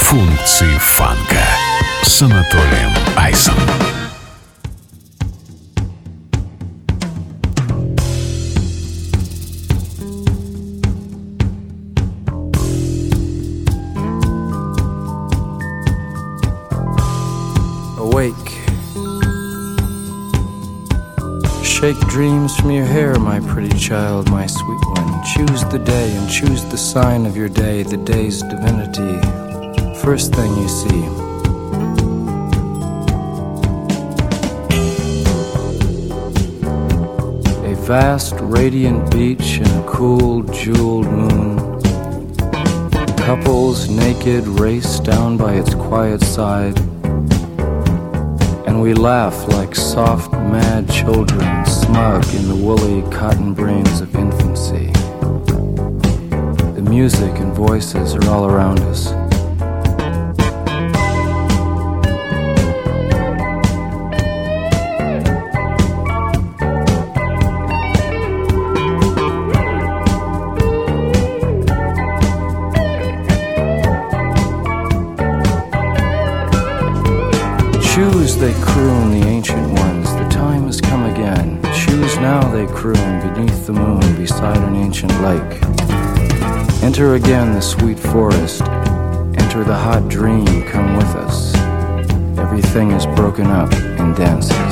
Функции фанка с Анатолием Айсом. Awake. Shake dreams from your hair, my pretty child, my sweet one. Choose the day and choose the sign of your day, the day's divinity. First thing you see. A vast, radiant beach and a cool, jeweled moon. Couples naked race down by its quiet side. And we laugh like soft, mad children, smug in the woolly cotton brains of infancy. The music and voices are all around us. Choose, they croon, the ancient ones, the time has come again. Choose now, they croon, beneath the moon, beside an ancient lake. Enter again the sweet forest, enter the hot dream, come with us. Everything is broken up in dances.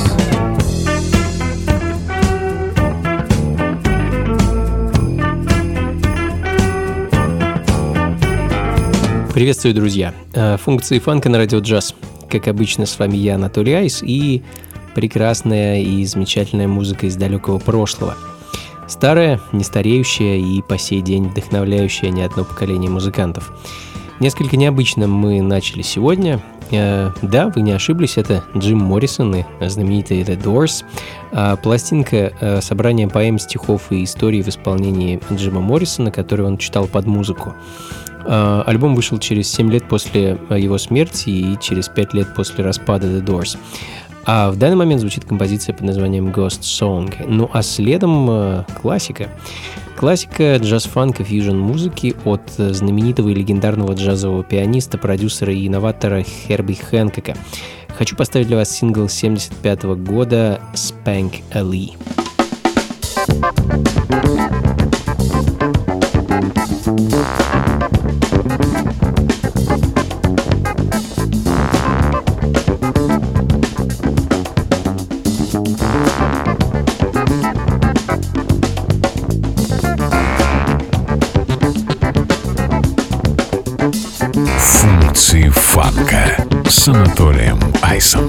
Приветствую, друзья! Функции фанка на радио джаз. Как обычно, с вами я, Анатолий Айс, и прекрасная и замечательная музыка из далекого прошлого. Старая, нестареющая и по сей день вдохновляющая не одно поколение музыкантов. Несколько необычно мы начали сегодня. Да, вы не ошиблись, это Джим Моррисон и знаменитый The Doors. Пластинка собрания поэм, стихов и историй в исполнении Джима Моррисона, которую он читал под музыку. Альбом вышел через 7 лет после его смерти и через 5 лет после распада The Doors. А в данный момент звучит композиция под названием Ghost Song. Ну а следом классика. Классика джаз-фанка, фьюжн-музыки от знаменитого и легендарного джазового пианиста, продюсера и инноватора Херби Хэнкока. Хочу поставить для вас сингл 1975 года «Spank a Lee». Функции фанка с Анатолием Айсом.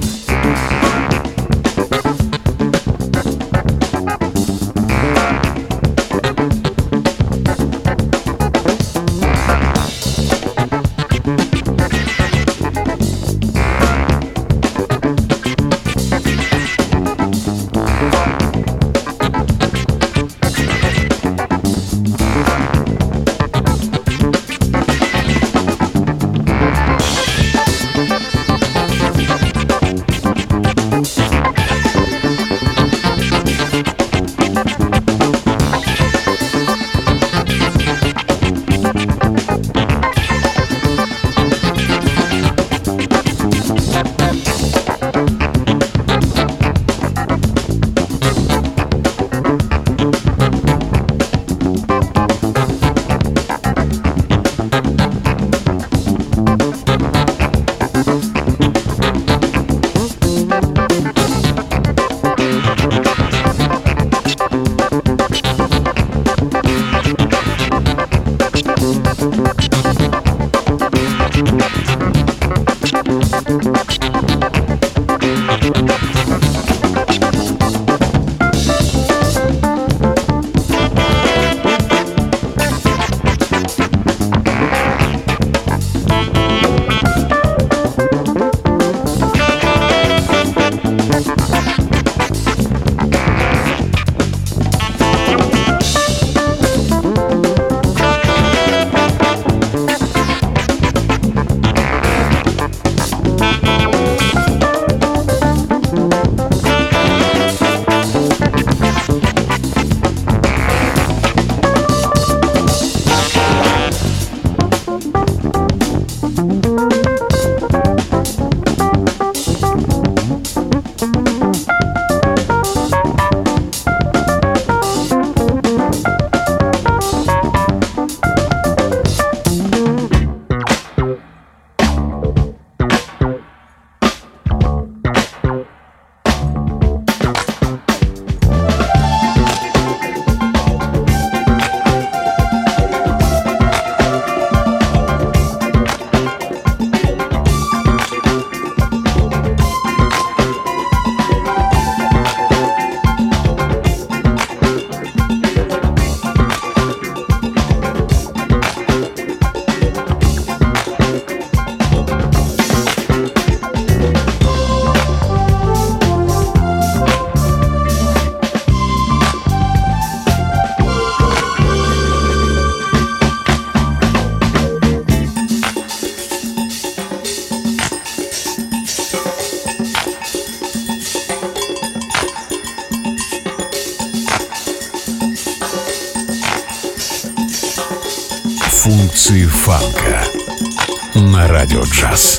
Функции фанка на Радио Джаз.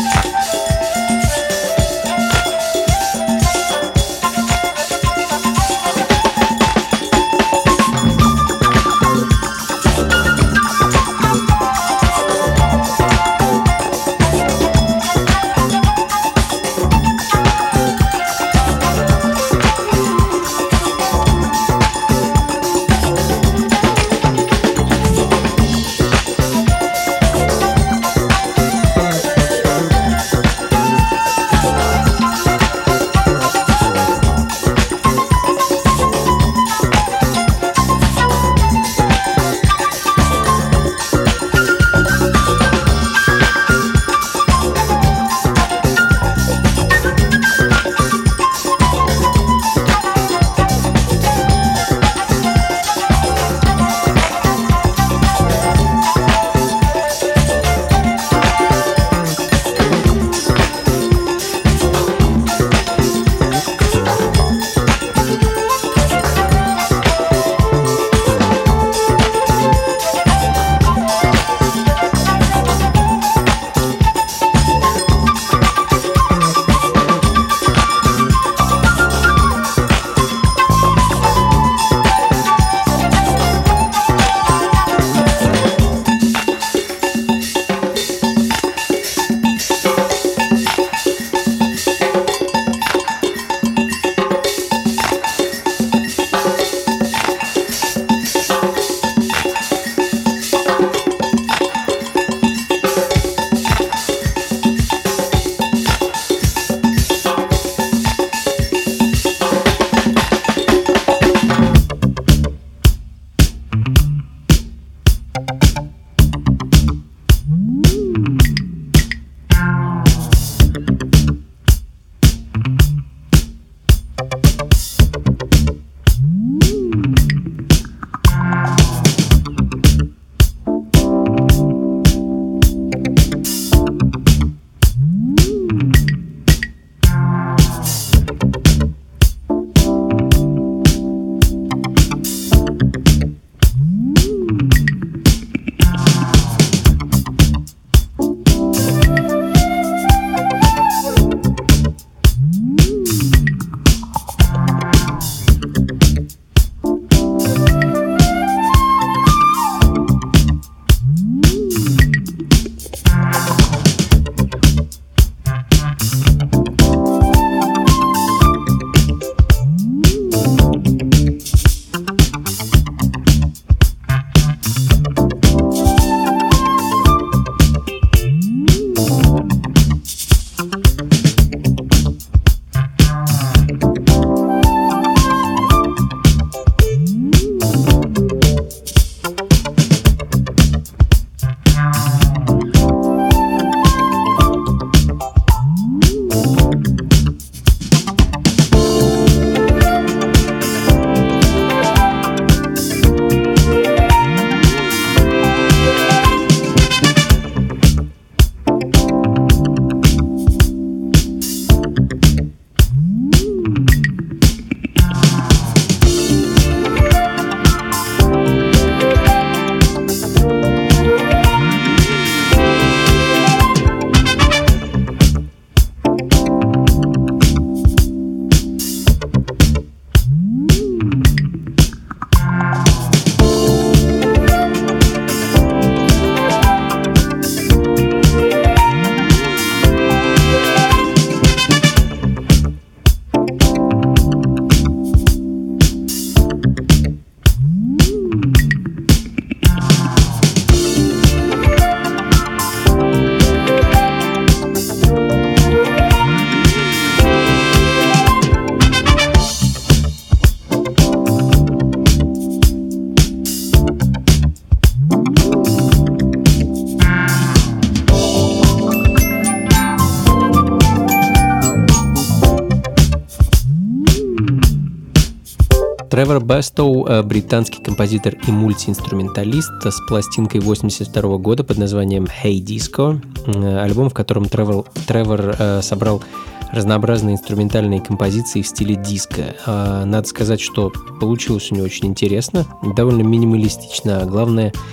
Тревор Басстоу — британский композитор и мультиинструменталист с пластинкой 1982 года под названием «Hey Disco», альбом, в котором Тревор собрал разнообразные инструментальные композиции в стиле диско. Надо сказать, что получилось у него очень интересно, довольно минималистично, а главное,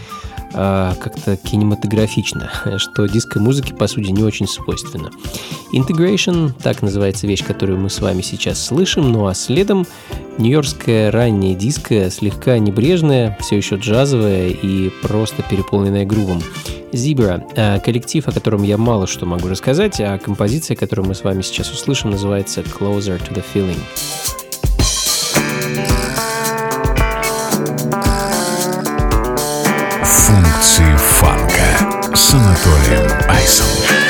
как-то кинематографично, что диско-музыке, по сути, не очень свойственно. Integration, так называется вещь, которую мы с вами сейчас слышим, ну а следом нью-йоркская ранняя диско, слегка небрежная, все еще джазовая и просто переполненная грувом. Zebra, коллектив, о котором я мало что могу рассказать, а композиция, которую мы с вами сейчас услышим, называется Closer to the Feeling. Функции фанка с Анатолием Айсом.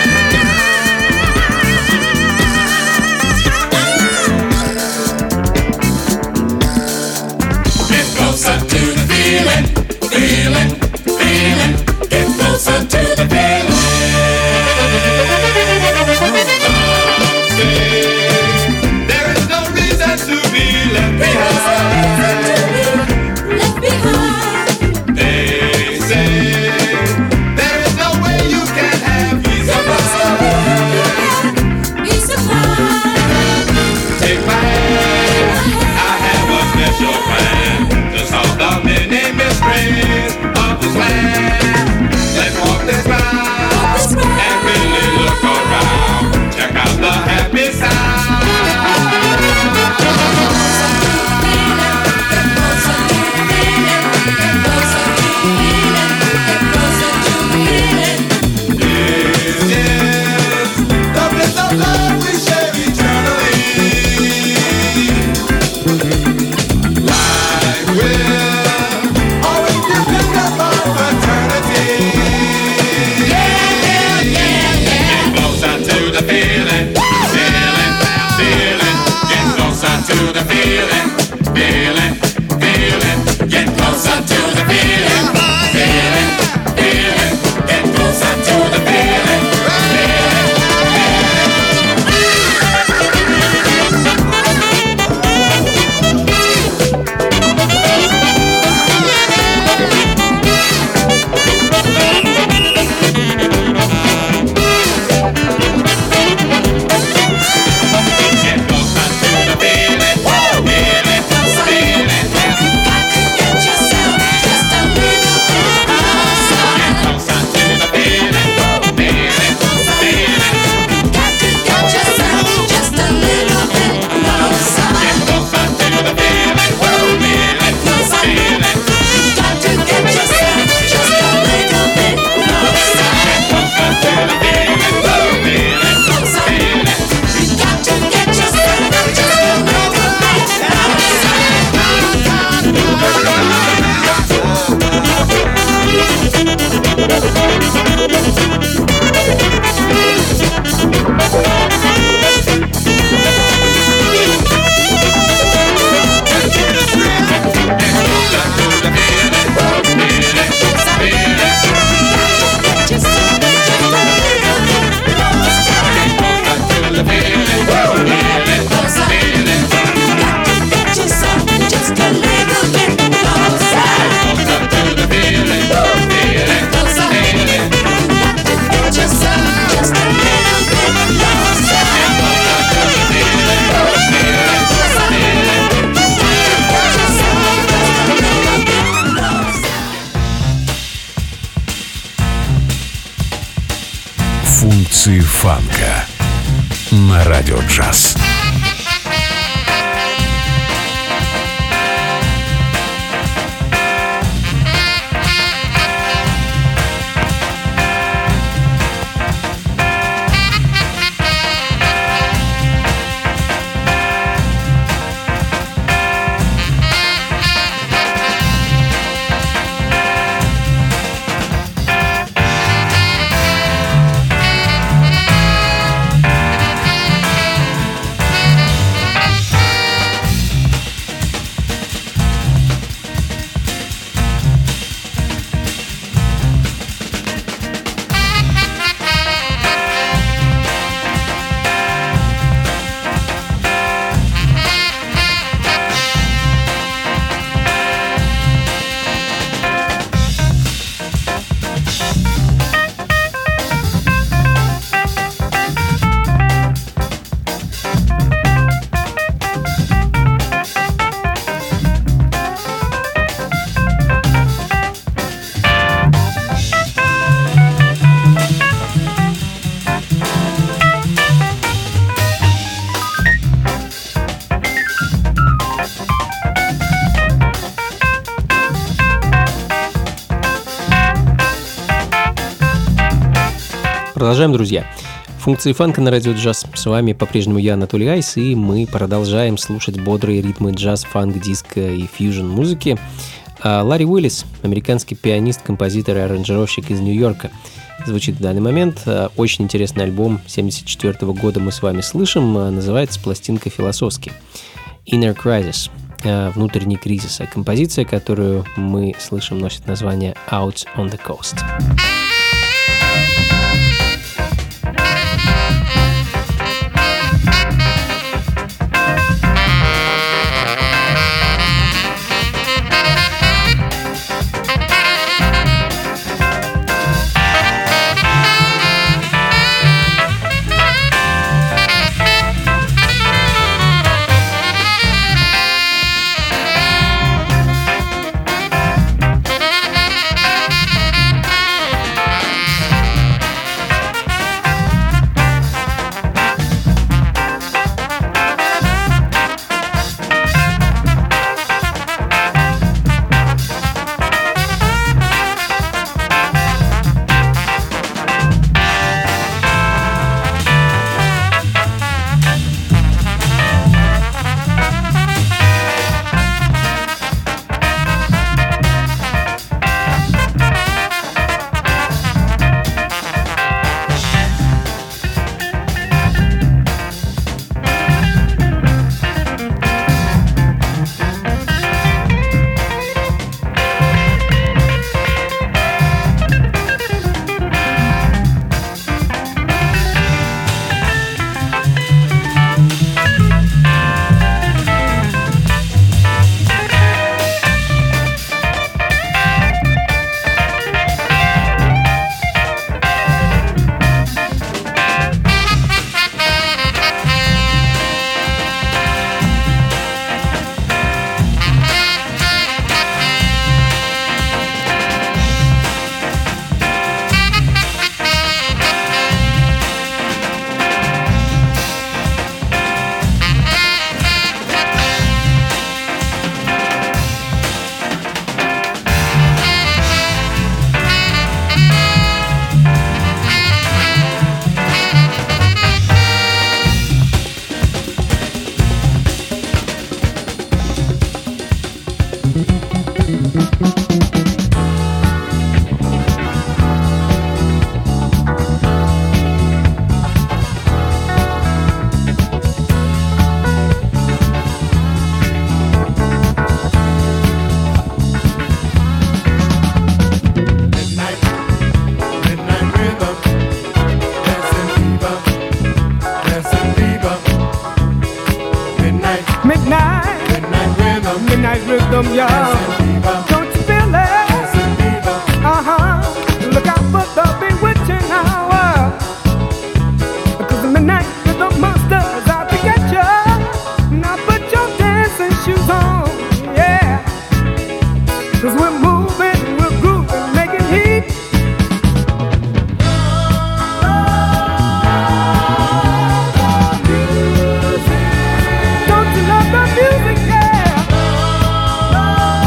Функции фанка на Радио Джаз. Продолжаем, друзья. Функции фанка на радио джаз. С вами по-прежнему я, Анатолий Айс, и мы продолжаем слушать бодрые ритмы джаз, фанк, диско и фьюжн музыки. Ларри Уиллис, американский пианист, композитор и аранжировщик из Нью-Йорка, звучит в данный момент. Очень интересный альбом 1974 года мы с вами слышим. Называется пластинка философски. Inner Crisis. Внутренний кризис. А композиция, которую мы слышим, носит название Out on the Coast. Midnight rhythm, y'all. Don't you feel it? Look out for the bewitching hour. Because the midnight rhythm monster is out to get you. Now put your dancing shoes on, yeah. Cause we're moving, we're grooving, making heat. Don't you love the music, yeah?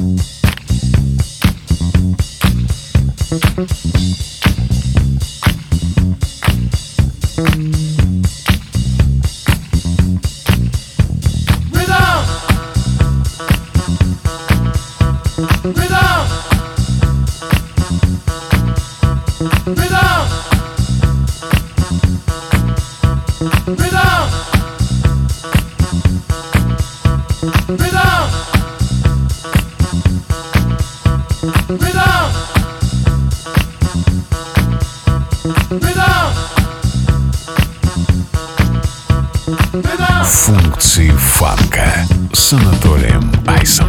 Функции фанка с Анатолием Айсом.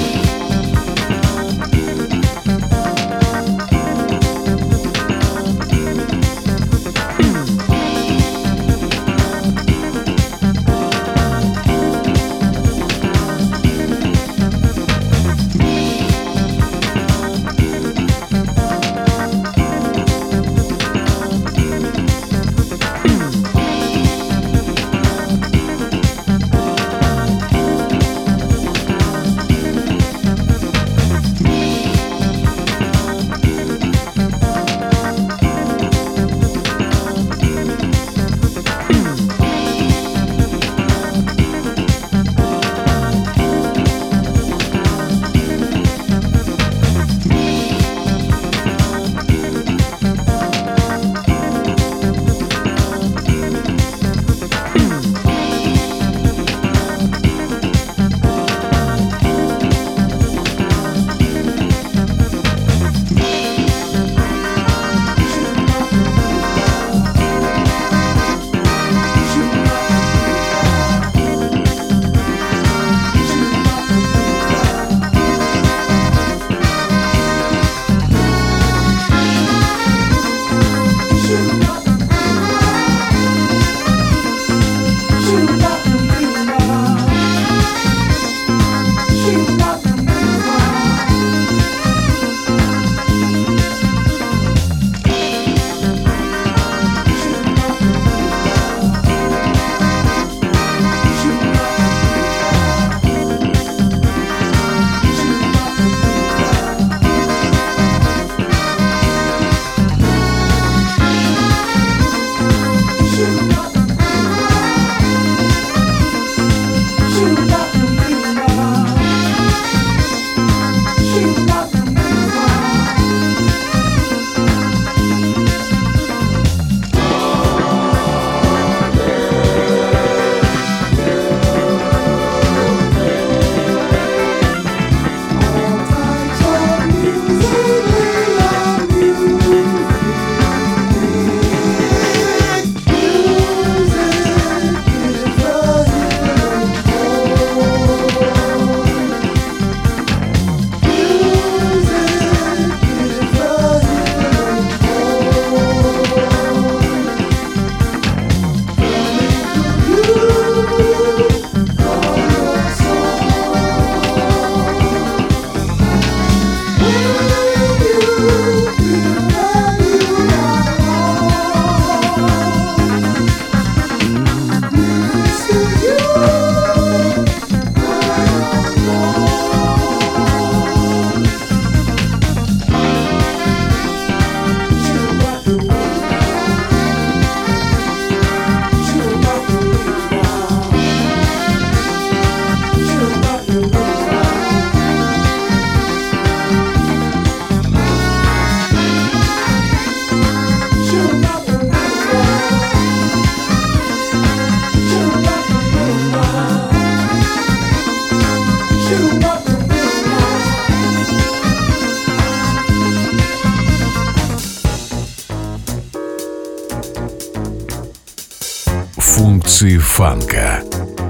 Функции фанка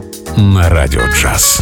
на Радио Джаз.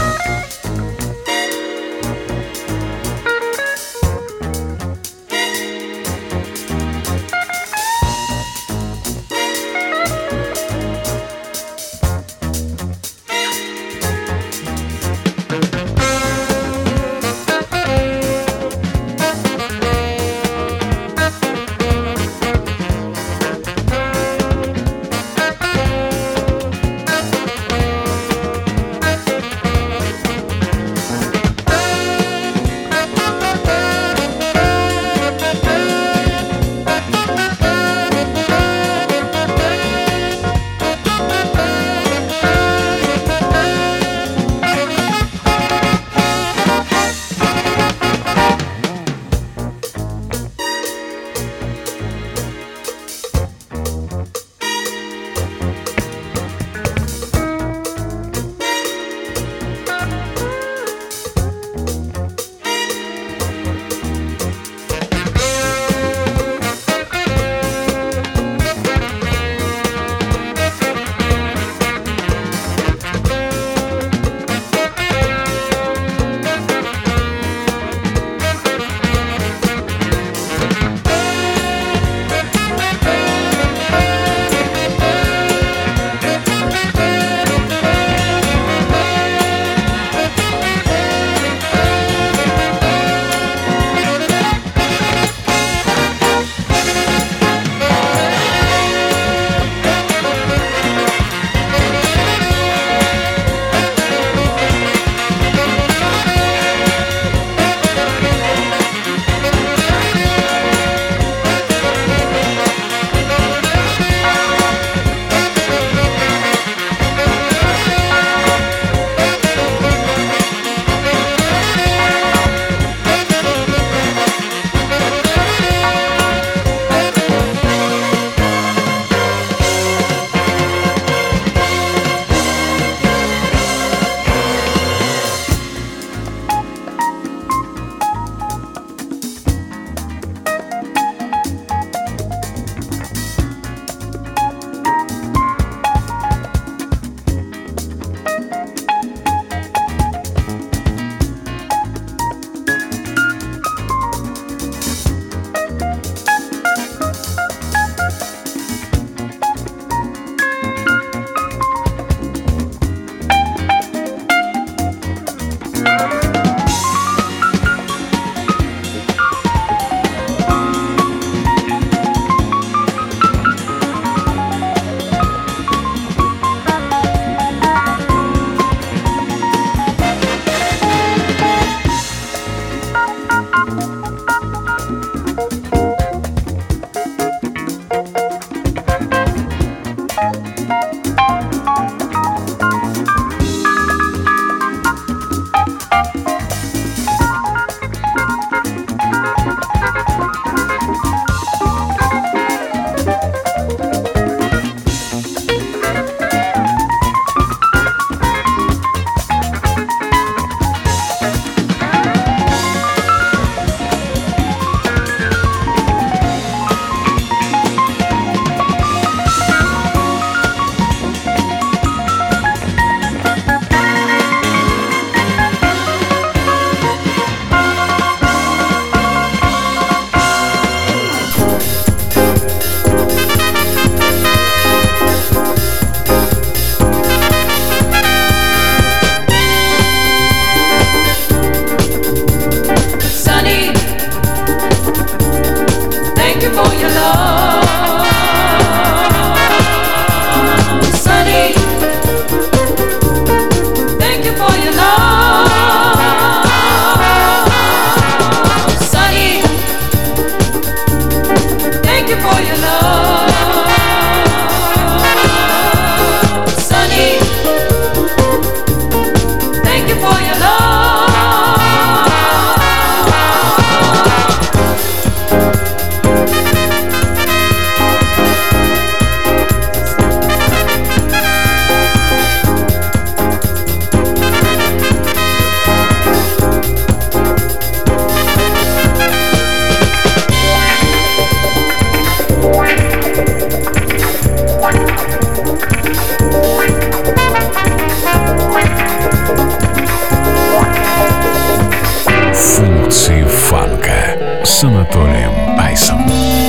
с Анатолием Айсом.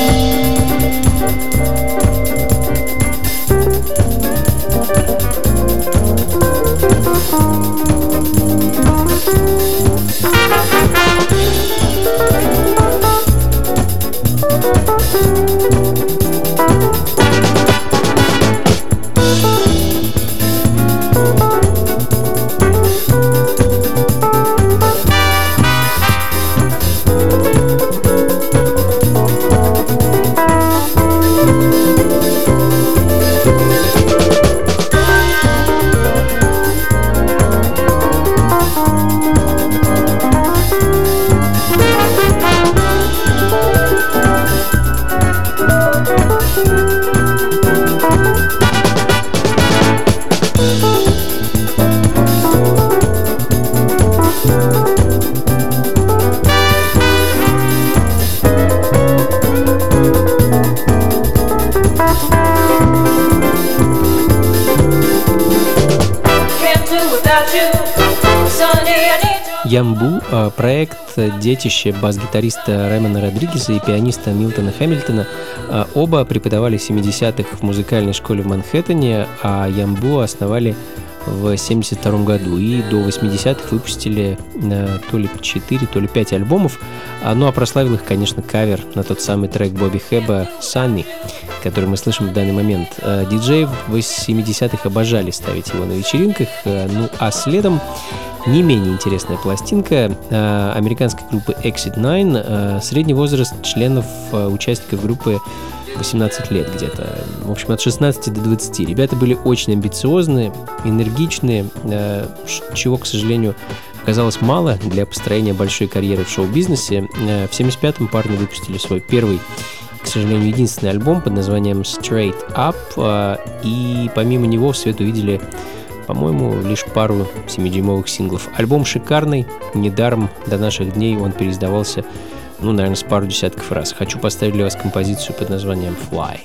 Ямбу — проект детище бас-гитариста Ремона Родригеса и пианиста Милтона Хэмилтона. Оба преподавали в 70-х в музыкальной школе в Манхэттене, а Ямбу основали в 1972 году и до 80-х выпустили то ли 4, то ли 5 альбомов. Ну а прославил их, конечно, кавер на тот самый трек Бобби Хэба «Sunny», который мы слышим в данный момент. Диджеи в 70-х обожали ставить его на вечеринках, ну а следом не менее интересная пластинка американской группы Exit 9. Средний возраст членов, участников группы 18 лет где-то. В общем, от 16 до 20. Ребята были очень амбициозные, энергичные, чего, к сожалению, оказалось мало для построения большой карьеры в шоу-бизнесе. В 75-м парни выпустили свой первый, к сожалению, единственный альбом под названием Straight Up, и помимо него в свет увидели, по-моему, лишь пару 7-дюймовых синглов. Альбом шикарный, недаром до наших дней он переиздавался, ну, наверное, с пару десятков раз. Хочу поставить для вас композицию под названием Fly.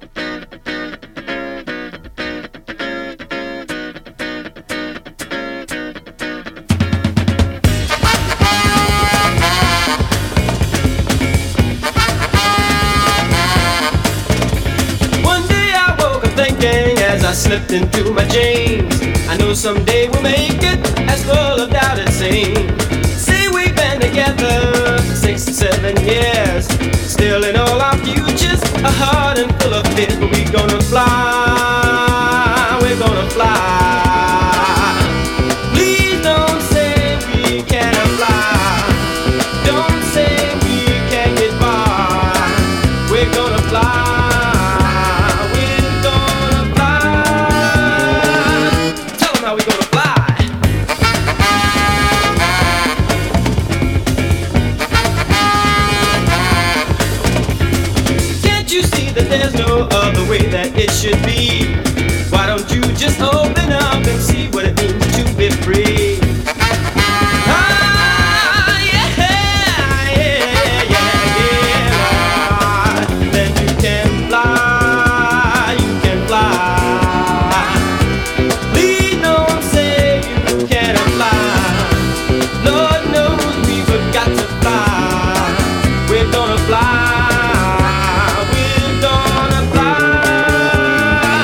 Slipped into my jeans. I know someday we'll make it, as full of doubt it seems. See, we've been together 6 or 7 years, still in all our futures, a heart and full of fears. But we're gonna fly, we're gonna fly. Please don't say we can't fly, don't say we can't get by. We're gonna fly. There's no other way that it should be. Why don't you just open up and see what it means to be free? Ah, yeah, yeah, yeah, yeah. Then you can fly, you can fly. Please don't say you can't fly. Lord knows we've got to fly. We're gonna fly.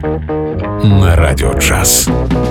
на Радио Джаз.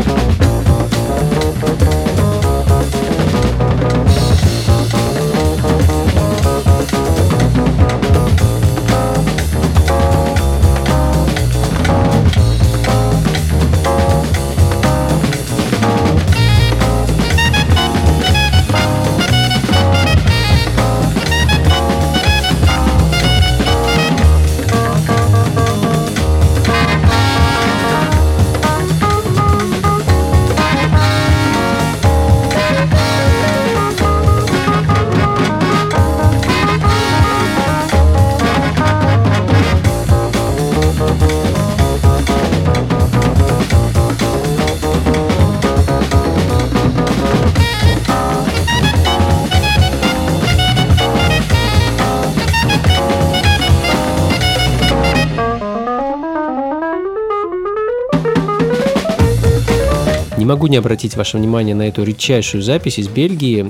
Не могу не обратить ваше внимание на эту редчайшую запись из Бельгии.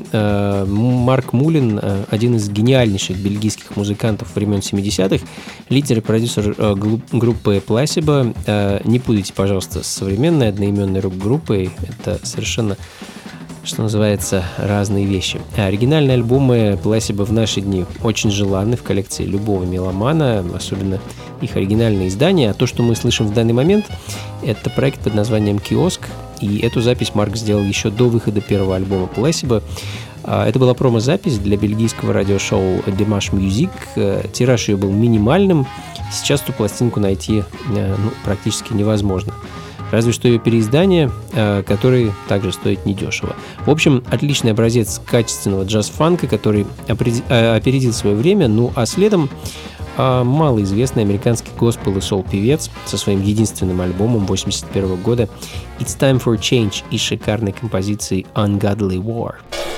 Марк Мулин, один из гениальнейших бельгийских музыкантов времен 70-х, лидер и продюсер группы Placebo. Не путайте, пожалуйста, с современной одноименной рок-группой. Это совершенно, что называется, разные вещи. Оригинальные альбомы Placebo в наши дни очень желанны в коллекции любого меломана, особенно их оригинальные издания. А то, что мы слышим в данный момент, это проект под названием «Киоск». И эту запись Марк сделал еще до выхода первого альбома Placebo. Это была промо-запись для бельгийского радиошоу Dimanche Music. Тираж ее был минимальным. Сейчас эту пластинку найти практически невозможно. Разве что ее переиздание, которое также стоит недешево. В общем, отличный образец качественного джаз-фанка, который опередил свое время. Ну а следом малоизвестный американский госпел и сол-певец со своим единственным альбомом 1981 года «It's Time for Change» и шикарной композицией «Ungodly War».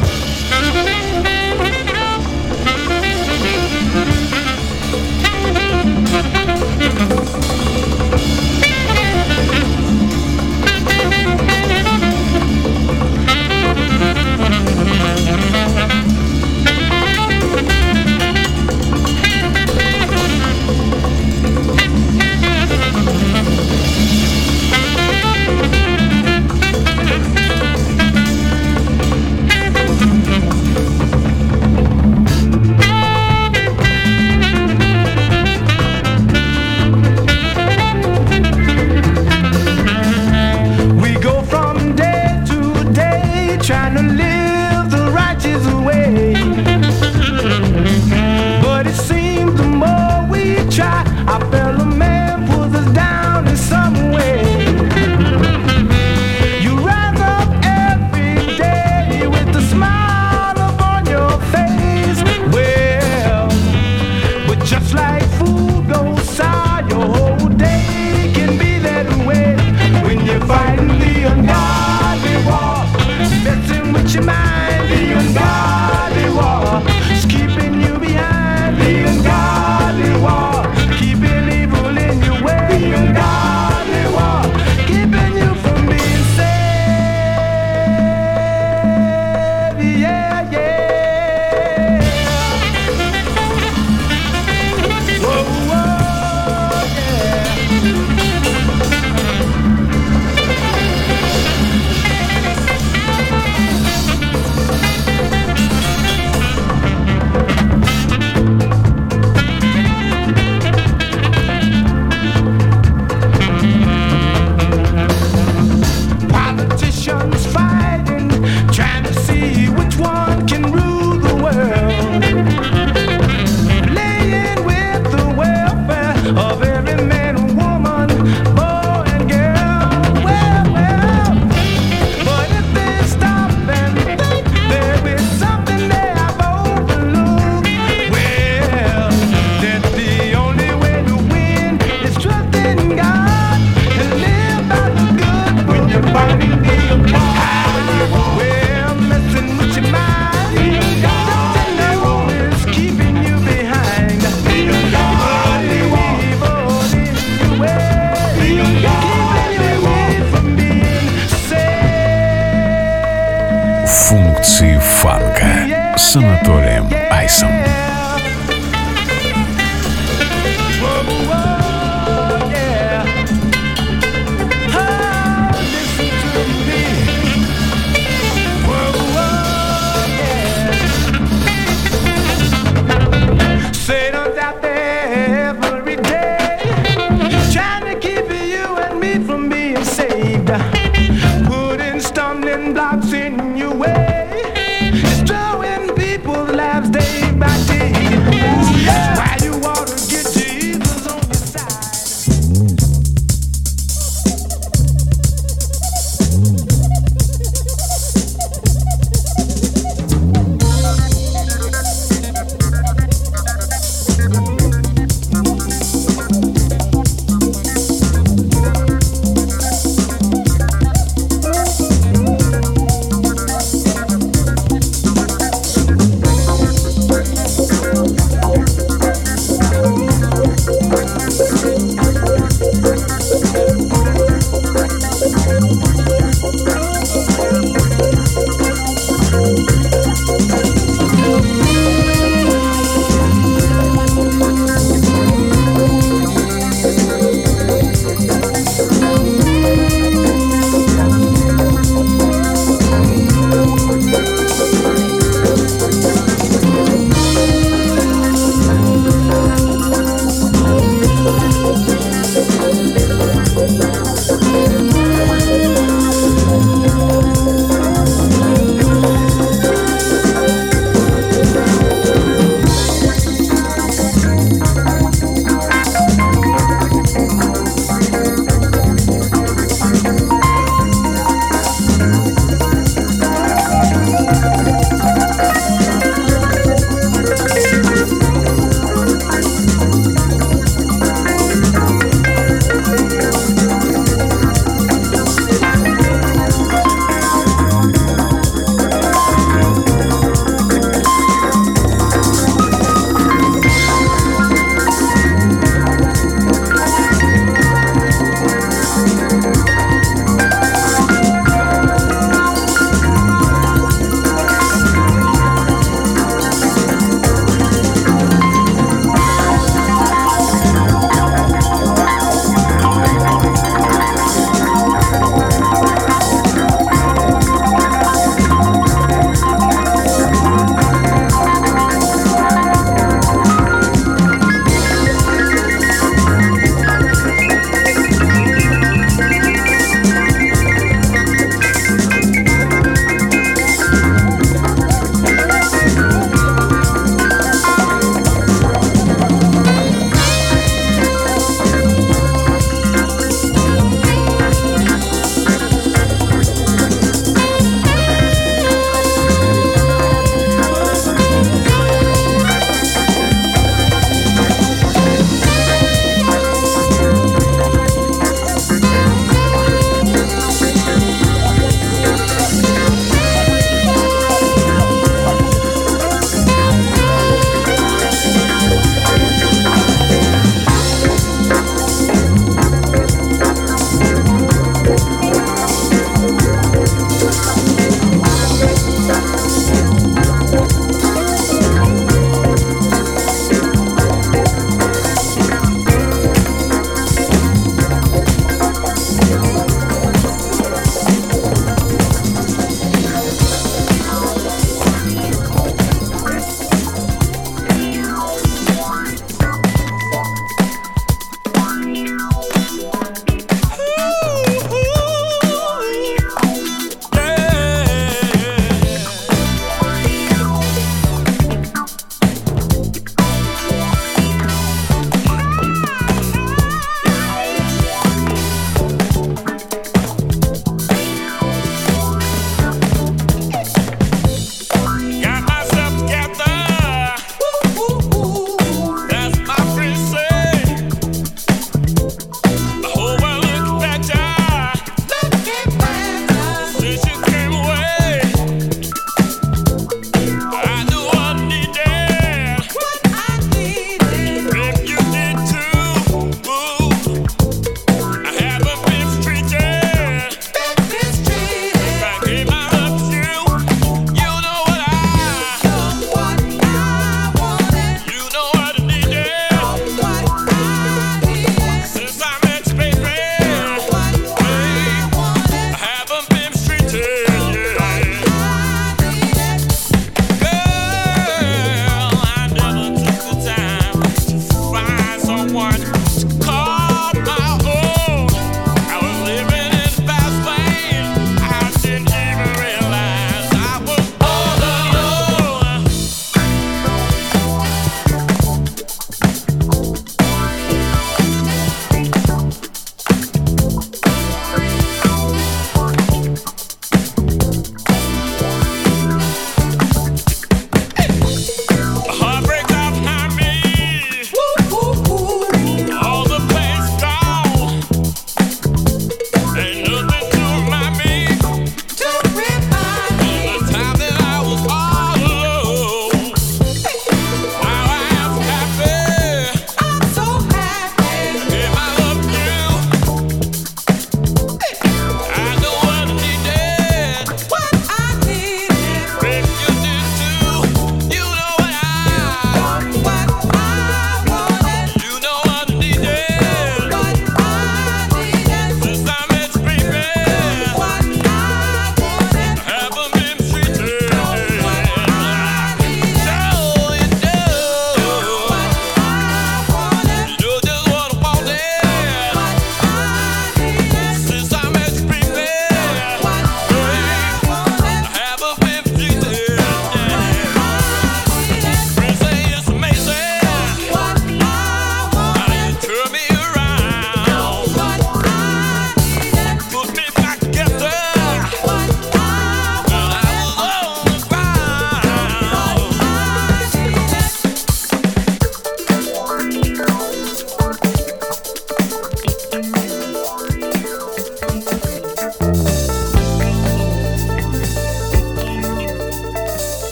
Функции фанка с Анатолием Айсом. putting stumbling blocks in your way, destroying people's lives day by day. Why you ought to get Jesus on your side.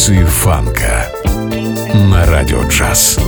Функции фанка на Радио Джаз.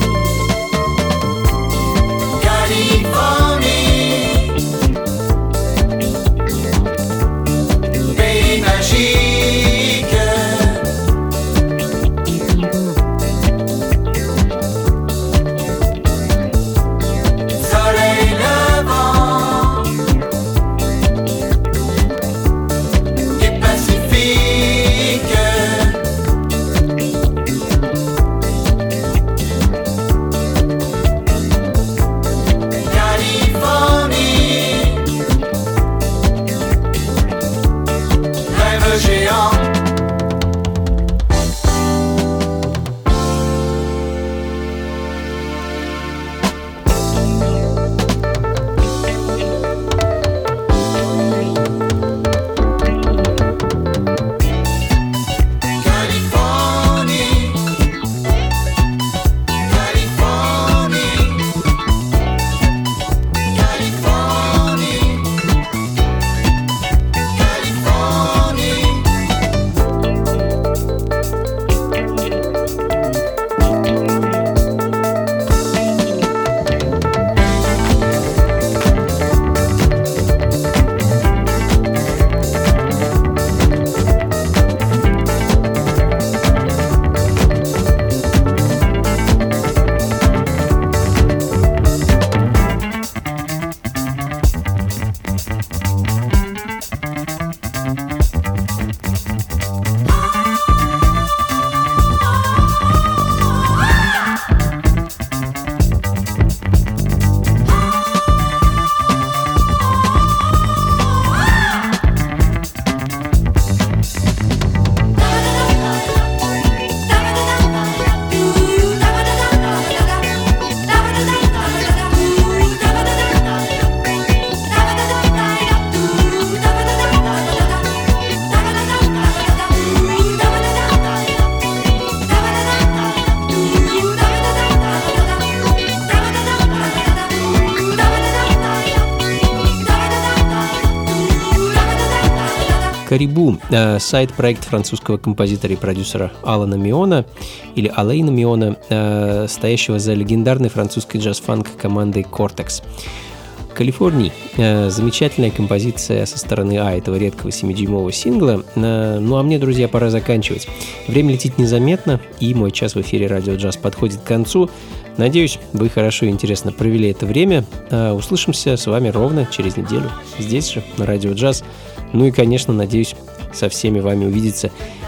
«Карибу» — сайт-проект французского композитора и продюсера Алана Миона, или Алейна Миона, стоящего за легендарной французской джаз-фанк командой «Кортекс». «Калифорний» — замечательная композиция со стороны А этого редкого 7-дюймового сингла. Ну а мне, друзья, пора заканчивать. Время летит незаметно, и мой час в эфире «Радио Джаз» подходит к концу. Надеюсь, вы хорошо и интересно провели это время. Услышимся с вами ровно через неделю, здесь же, на «Радио Джаз». Ну и, конечно, надеюсь, со всеми вами увидеться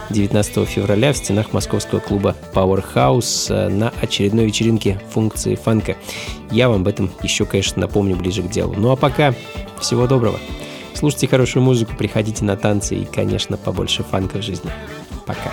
19 февраля в стенах московского клуба Powerhouse на очередной вечеринке «Функции фанка». Я вам об этом еще, конечно, напомню ближе к делу. Ну а пока всего доброго. Слушайте хорошую музыку, приходите на танцы и, конечно, побольше фанка в жизни. Пока.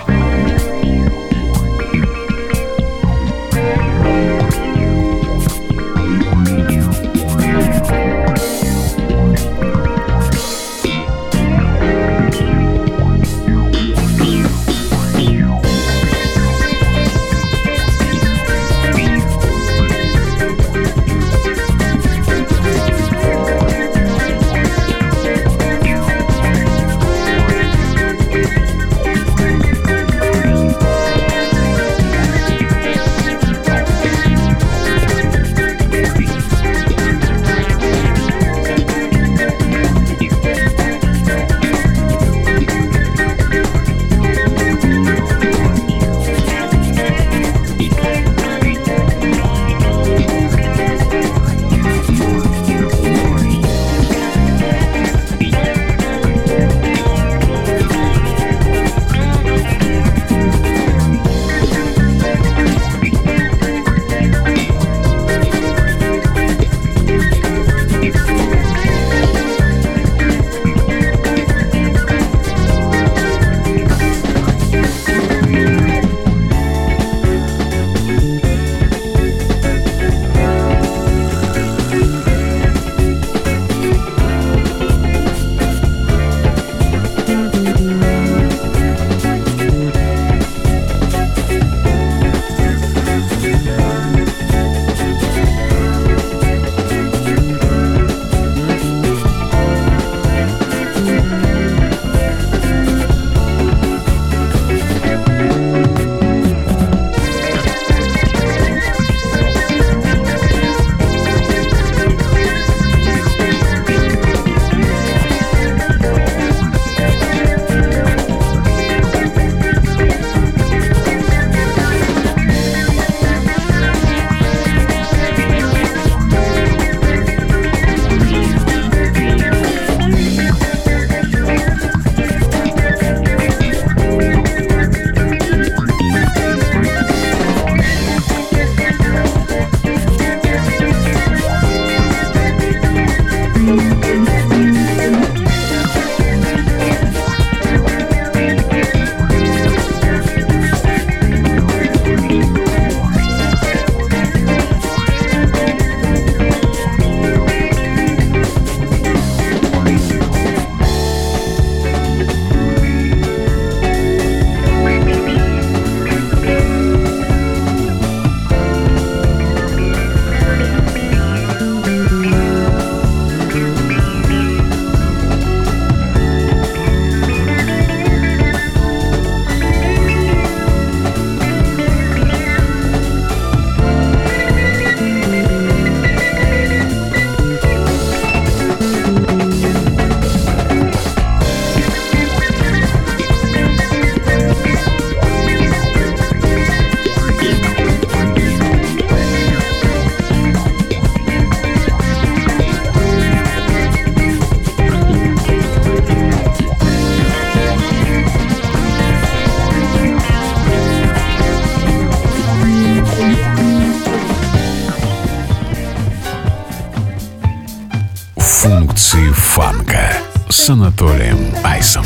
фанка с Анатолием Айсом.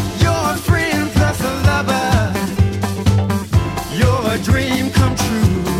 Dream come true.